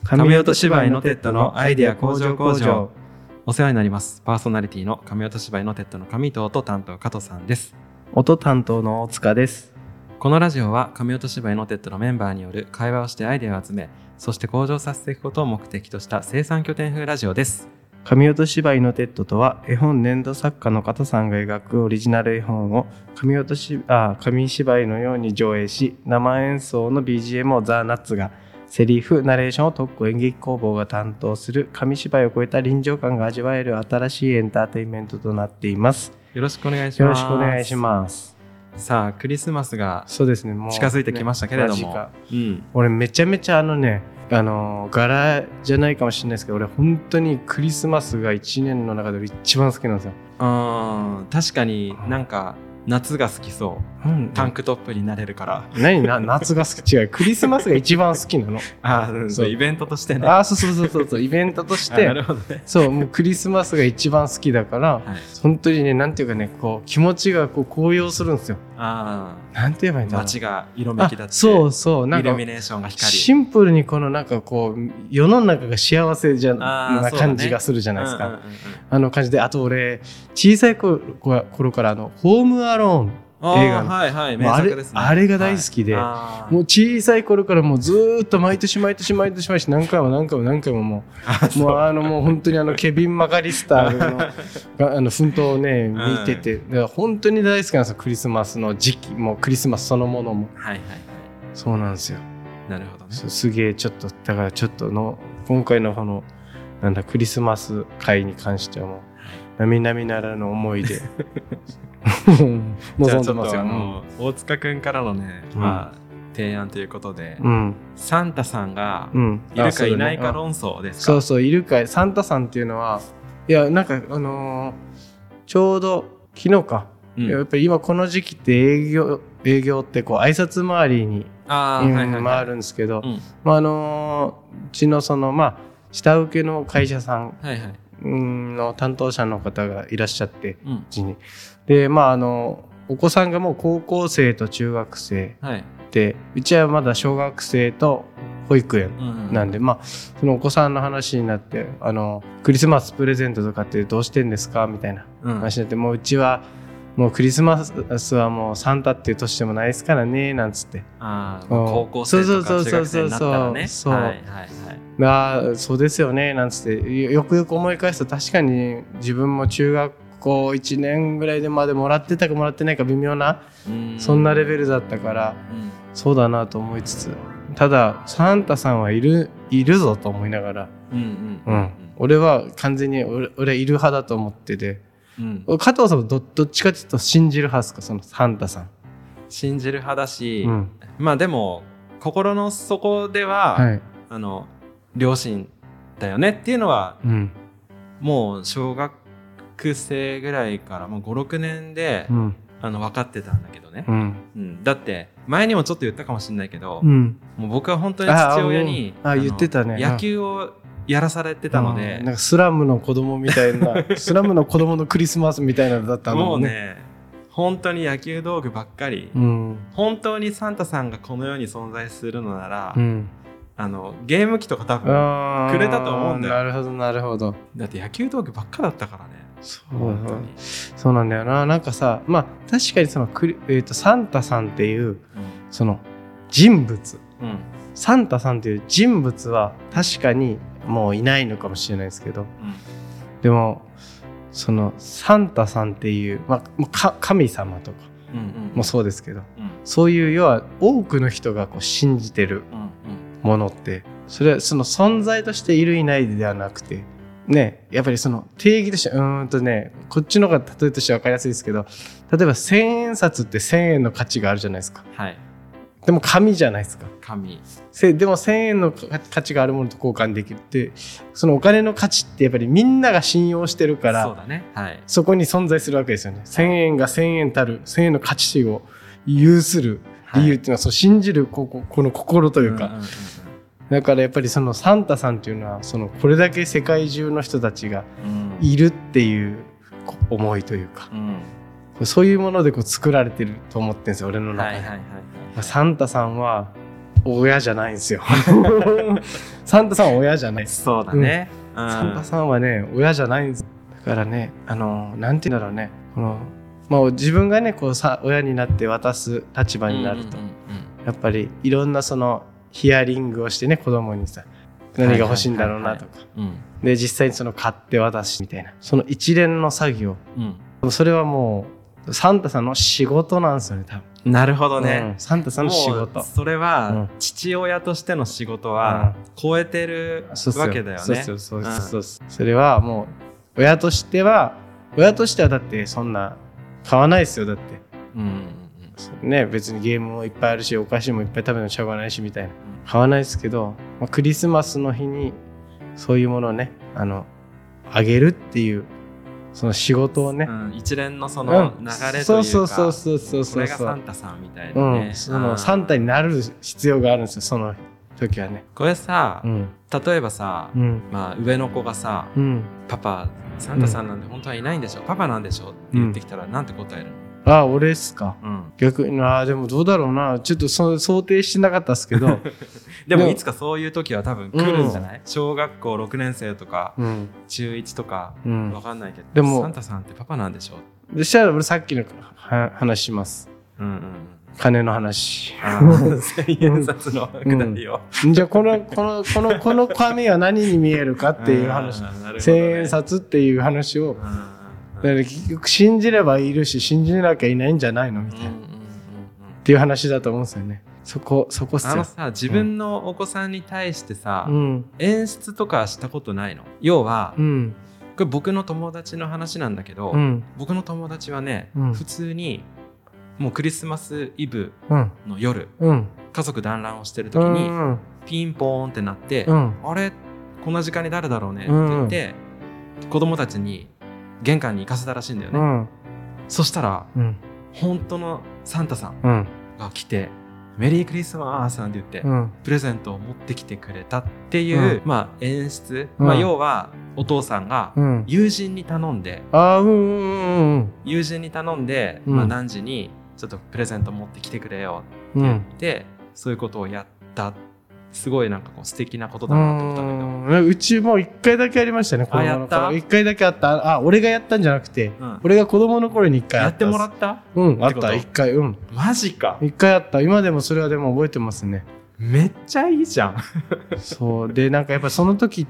神音芝居のテッドのアイデア工場工場。お世話になります。パーソナリティの神音芝居のテッドの上藤と担当加藤さんです。 音担当の大塚です。 このラジオは神音芝居のテッドのメンバーによる会話をしてアイデアを集め、そして向上させていくことを目的とした生産拠点風ラジオです。 神音芝居のテッドとは、絵本粘土作家の加藤さんが描くオリジナル絵本を紙芝居のように上映し、生演奏の BGM をザ・ナッツが、セリフ、ナレーションを特攻演劇工房が担当する紙芝居を超えた臨場感が味わえる新しいエンターテインメントとなっています。 よろしくお願いします。 よろしくお願いします。 さあ、クリスマスが近づいてきましたけれども、 俺めちゃめちゃ柄じゃないかもしれないですけど、俺本当にクリスマスが1年の中で一番好きなんですよ。 確かになんか夏が好きそう、タンクトップになれるから。 夏が好き？違う、クリスマスが一番好きなの。 そう、イベントとしてね。 そうイベントとしてなるほどね。 そう、もうクリスマスが一番好きだから、本当にね、なんていうかね、こう気持ちがこう高揚するんですよ。なんて言えばいいんだろう。 街が色めきだって、 そうなんかイルミネーションが光り、 シンプルにこのなんかこう世の中が幸せな感じがするじゃないですか。あの感じで、あと俺小さい頃からホームアローン映画の名作ですね。あれが大好きで、もう小さい頃からもうずっと毎年何回ももう本当にケビン・マカリスターの奮闘をね見てて、本当に大好きなんですよ。クリスマスの時期もクリスマスそのものも。そうなんですよ。 なるほどね。 すげえ、ちょっとだからちょっとの今回のこのクリスマス会に関してはもう並々ならぬ思いで望んでますよ。 大塚くんからのね、提案ということで、サンタさんがいるかいないか論争ですか？ そういるか。サンタさんっていうのは、いやなんかちょうど昨日か、やっぱり今この時期って営業ってこう挨拶回りに回るんですけど、うちのその下請けの会社さんの担当者の方がいらっしゃって、うちに。でお子さんがもう高校生と中学生で、うちはまだ小学生と保育園なんで、そのお子さんの話になって、クリスマスプレゼントとかってどうしてんですかみたいな話になって、もううちはもうクリスマスはもうサンタっていう年でもないですからねなんつって。 高校生とか中学生になったらね。 そうですよねなんつって、よくよく思い返すと確かに自分も中学校1年ぐらいでまでもらってたかもらってないか微妙なそんなレベルだったから、そうだなと思いつつ、ただサンタさんはいるぞと思いながら、俺は完全に俺いる派だと思ってて、加藤さんはどっちかというと信じる派ですか？そのサンタさん信じる派だし、でも心の底では、両親だよねっていうのは、もう小学生ぐらいからもう 5,6 年で、分かってたんだけどね、だって前にもちょっと言ったかもしれないけど、もう僕は本当に父親に言ってたね、 野球をやらされてたので、 なんかスラムの子供みたいなスラムの子供のクリスマスみたいなのだったもんね。本当に野球道具ばっかり、本当にサンタさんがこの世に存在するのなら、ゲーム機とか多分くれたと思うんだよ。 なるほど。 だって野球道具ばっかだったからね。 そうなんだよな。なんかさ、確かにそのサンタさんっていう、その人物、サンタさんっていう人物は確かにもういないのかもしれないですけど、でもそのサンタさんっていう、神様とかもそうですけど、そういう要は多くの人がこう信じてるものって、それはその存在としているいないではなくてね、やっぱりその定義としてこっちの方が例えとして分かりやすいですけど、例えば1000円札って1000円の価値があるじゃないですか。でも紙じゃないですか。でも1000円の価値があるものと交換できるって、そのお金の価値ってやっぱりみんなが信用してるから、そこに存在するわけですよね。1000円が1000円たる1000円の価値を有する理由っていうのは、そう信じるこの心というか、だからやっぱりそのサンタさんっていうのはこれだけ世界中の人たちがいるっていう思いというか、そういうもので作られてると思ってるんですよ、俺の中で。サンタさんは親じゃないんですよサンタさんは親じゃない。 そうだね、 サンタさんはね親じゃないんです。だからねなんて言うんだろうね、自分がねこう親になって渡す立場になると、やっぱりいろんなそのヒアリングをしてね、子供にさ何が欲しいんだろうなとか、で実際にその買って渡すみたいな、その一連の作業、それはもうサンタさんの仕事なんですよね、多分。 なるほどね、サンタさんの仕事。 それは、父親としての仕事は超えてるわけだよね。それはもう親としてはだってそんな買わないですよ、だって。ね、別にゲームもいっぱいあるし、お菓子もいっぱい食べるのしょうがないしみたいな、買わないですけど、クリスマスの日にそういうものをねあげるっていうその仕事をね、 一連のその流れというか、これがサンタさんみたいなね、 そのサンタになる必要があるんですよ、その時はね。 これさ、例えばさ、上の子がさ、パパサンタさんなんて本当はいないんでしょ、パパなんでしょって言ってきたらなんて答えるの？ 俺っすか、逆にでもどうだろうな、ちょっと想定してなかったっすけどでもいつかそういう時は多分来るんじゃない？小学校6年生とか、中1とか、分かんないけど、でもサンタさんってパパなんでしょ。 そしたら俺さっきの話します、金の話。 1000円札のくだりを、 じゃあこの紙は何に見えるかっていう話、1000円札っていう話を、だから結局信じればいるし信じなきゃいないんじゃないのみたいな、っていう話だと思うんですよね。そこっすよ。 さ、自分のお子さんに対してさ、演出とかしたことないの？要は、これ僕の友達の話なんだけど、僕の友達はね、普通にもうクリスマスイブの夜、家族団らんをしてる時に、ピンポーンってなって、あれこんな時間に誰だろうねって言って、子供たちに玄関に行かせたらしいんだよね、そしたら、本当のサンタさんが来て、メリークリスマスなんて言って、プレゼントを持ってきてくれたっていう、演出、要はお父さんが友人に頼んで、友人に頼んで、何時にちょっとプレゼント持ってきてくれよって言って、そういうことをやった。すごいなんかこう素敵なことだなと思ったんだけど、うちも1回だけありましたね。 やった？ 1回だけあった。俺がやったんじゃなくて、俺が子供の頃に1回やってもらった？ あった1回。 マジか。 1回あった。今でもそれはでも覚えてますね。 めっちゃいいじゃんそうで、なんかやっぱその時って、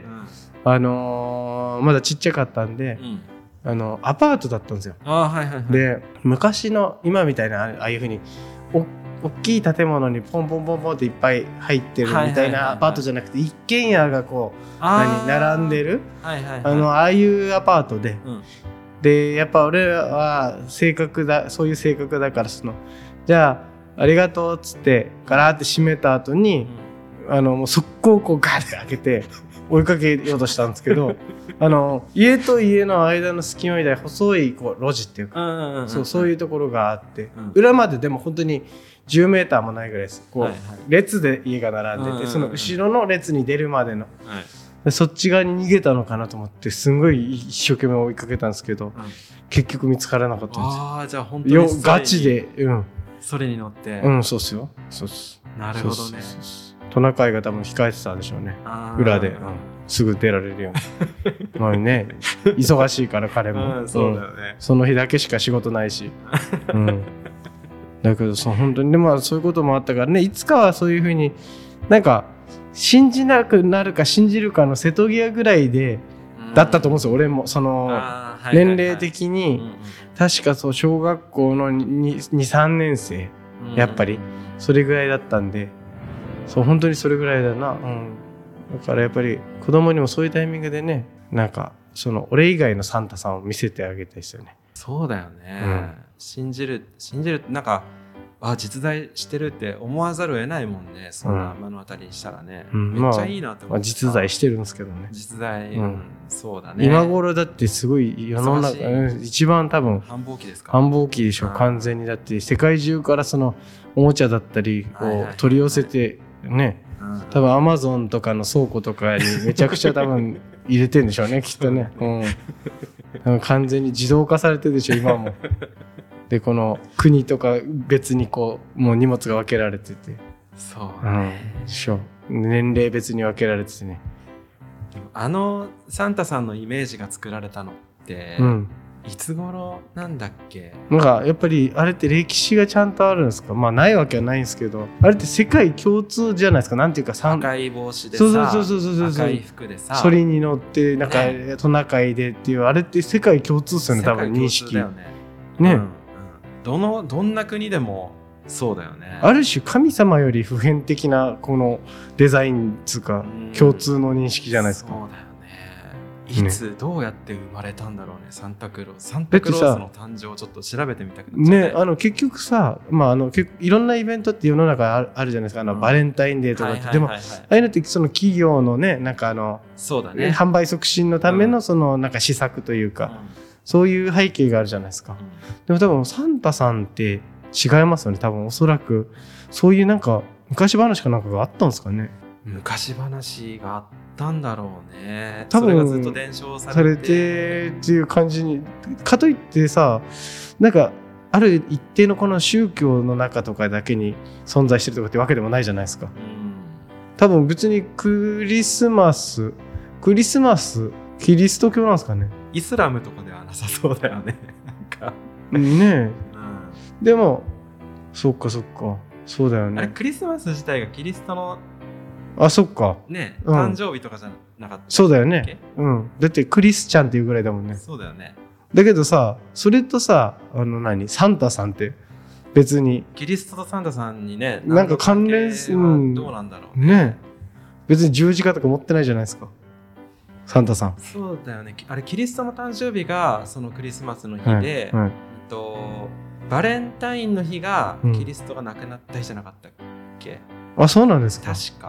まだちっちゃかったんで、アパートだったんですよ。で、昔の今みたいなああいう風に大きい建物にポンポンポンポンっていっぱい入ってるみたいなアパートじゃなくて、一軒家がこう並んでる、ああいうアパートで、でやっぱ俺はそういう性格だから、じゃありがとうっつってガラーって閉めた後に、もう速攻こうガーって開けて追いかけようとしたんですけど家と家の間の隙間みたいな細いこう路地っていうか、そういうところがあって、裏まででも本当に10メーターもないぐらいです。こう、列で家が並んでて、その後ろの列に出るまでの、そっち側に逃げたのかなと思って、すんごい一生懸命追いかけたんですけど、結局見つからなかったんですよ。 じゃあ本当にガチで、 それに乗って、 そうっすよ。そうっす。 なるほどね。 トナカイが多分控えてたんでしょうね。裏で、すぐ出られるように。まあね、忙しいから彼も、 そうだよね。 その日だけしか仕事ないし。だけど本当にでもそういうこともあったからね、いつかはそういうふうになんか信じなくなるか信じるかの瀬戸際ぐらいでだったと思うんですよ。俺もその年齢的に確かそう小学校の 2,3 年生やっぱりそれぐらいだったんで、本当にそれぐらいだな、だからやっぱり子供にもそういうタイミングでね、なんか俺以外のサンタさんを見せてあげたいですよね。 そうだよね、信じるなんか実在してるって思わざるを得ないもんね、そんな目の当たりにしたらね、めっちゃいいなって思って、 実在してるんですけどね。 実在、そうだね。 今頃だってすごい世の中一番多分繁忙期ですか？ 繁忙期でしょ、完全に。だって世界中からそのおもちゃだったりを取り寄せてね、多分アマゾンとかの倉庫とかにめちゃくちゃ多分入れてるんでしょうねきっとね、完全に自動化されてるでしょ今も。でこの国とか別にこうもう荷物が分けられてて、 そうね、 年齢別に分けられててね。 サンタさんのイメージが作られたのって、いつ頃なんだっけ。 なんかやっぱりあれって歴史がちゃんとあるんですか。まあないわけはないんですけど、あれって世界共通じゃないですか。なんていうか赤い帽子でさ、赤い服でさ、 それに乗ってなんかトナカイでっていう、あれって世界共通ですよね、多分認識。ね、 どんな国でもそうだよね。 ある種神様より普遍的なこのデザインつうか共通の認識じゃないですか。 そうだよね。いつどうやって生まれたんだろうね、サンタクロースの誕生をちょっと調べてみたくなっちゃうね。 結局さ、いろんなイベントって世の中あるじゃないですか。バレンタインデーとかって、でもああいうのってその企業のね、なんかそうだね、 販売促進のためのそのなんか施策というか、そういう背景があるじゃないですか。でも多分サンタさんって違いますよね。多分おそらくそういうなんか昔話かなんかがあったんですかね。 昔話があったんだろうね。 多分それがずっと伝承されてっていう感じに。かといってさ、なんかある一定のこの宗教の中とかだけに存在してるとかってわけでもないじゃないですか。多分別にクリスマスキリスト教なんですかね。 イスラムとかではなさそうだよね。 ねえ、でもそっかそうだよね。 あれクリスマス自体がキリストのそっかね、誕生日とかじゃなかったっけ。 そうだよね。だってクリスチャンっていうぐらいだもんね。 そうだよね。 だけどさ、それとさ、サンタさんって別にキリストとサンタさんにね、 なんか関連する、 どうなんだろうね。別に十字架とか持ってないじゃないですか、サンタさん。 そうだよね。あれキリストの誕生日がそのクリスマスの日で、バレンタインの日がキリストが亡くなった日じゃなかったっけ。 そうなんですか。 確か。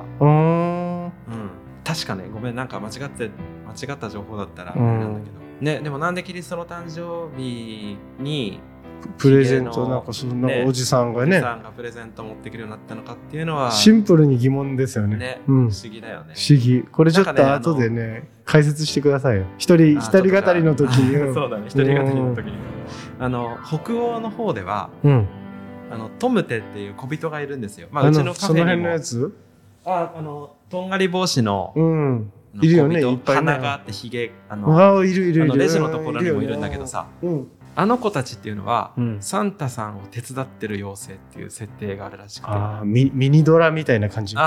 確かね。ごめん、なんか間違った情報だったらあれなんだけどね。でもなんでキリストの誕生日にプレゼントなんかそんなおじさんがね、 プレゼント持ってくるようになったのかっていうのはシンプルに疑問ですよね。 不思議だよね。 不思議。これちょっと後でね解説してくださいよ。一人語りの時に。 そうだね。一人語りの時に。北欧の方では。トムテっていう小人がいるんですよ。うちのカフェにも。その辺のやつ？とんがり帽子のいるよね。いっぱい鼻があってひげ、 いるレジのところにもいるんだけどさ、あの子たちっていうのは、サンタさんを手伝ってる妖精っていう設定があるらしくて、 ミニドラみたいな感じ。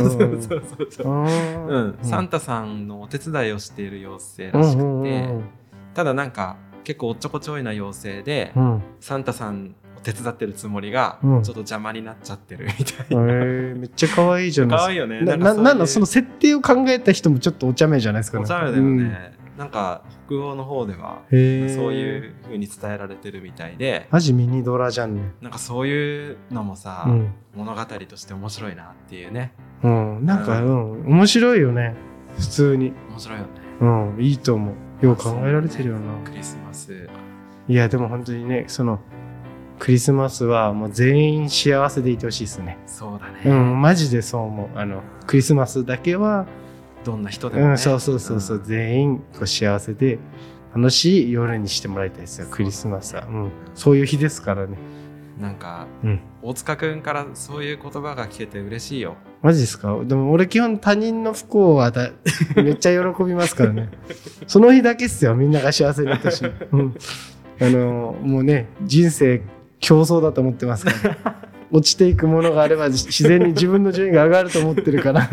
そうサンタさんのお手伝いをしている妖精らしくて、ただなんか結構おっちょこちょいな妖精で、サンタさん手伝ってるつもりがちょっと邪魔になっちゃってるみたいな、 めっちゃ可愛いじゃないですか。可愛いよね。 なんだその設定を考えた人もちょっとお茶目じゃないですかね。 お茶目だよね。なんか北欧の方ではそういう風に伝えられてるみたいで、 マジミニドラじゃんね。 なんかそういうのもさ、物語として面白いなっていうね。 なんか面白いよね。普通に面白いよね。 いいと思う。よく考えられてるよな。 クリスマス。 いやでも本当にね、そのクリスマスはもう全員幸せでいてほしいですね。 そうだね。 マジでそう思う。クリスマスだけはどんな人でもね。 そう、全員幸せで楽しい夜にしてもらいたいですよ。クリスマスは、そういう日ですからね。 なんか、大塚くんからそういう言葉が聞けて嬉しいよ。 マジですか。でも俺基本他人の不幸はめっちゃ喜びますからね。その日だけっすよ、みんなが幸せになったし。もうね、人生競争だと思ってますから落ちていくものがあれば自然に自分の順位が上がると思ってるから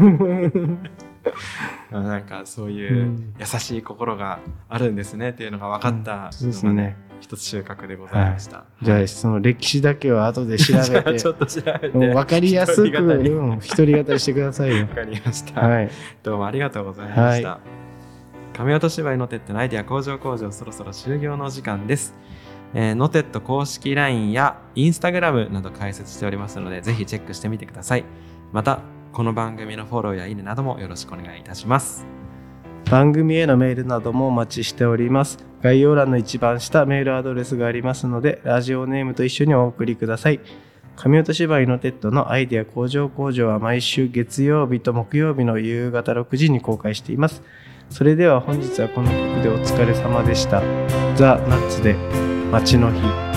なんかそういう優しい心があるんですねっていうのが分かったのがね、 一つ収穫でございました。 じゃあその歴史だけは後で調べてちょっと調べて分かりやすく一人語りしてくださいよ。 分かりました、どうもありがとうございました。神音芝居のてってのアイデア工場そろそろ終了のお時間です。ノテット公式 LINE や Instagram など開設しておりますので、ぜひチェックしてみてください。またこの番組のフォローやいいねなどもよろしくお願いいたします。 番組へのメールなどもお待ちしております。概要欄の一番下メールアドレスがありますので、ラジオネームと一緒にお送りください。神音芝居のテッドのアイデア工場は毎週月曜日と木曜日の夕方6時に公開しています。それでは本日はこの曲でお疲れ様でした。ザ・ナッツで街の日。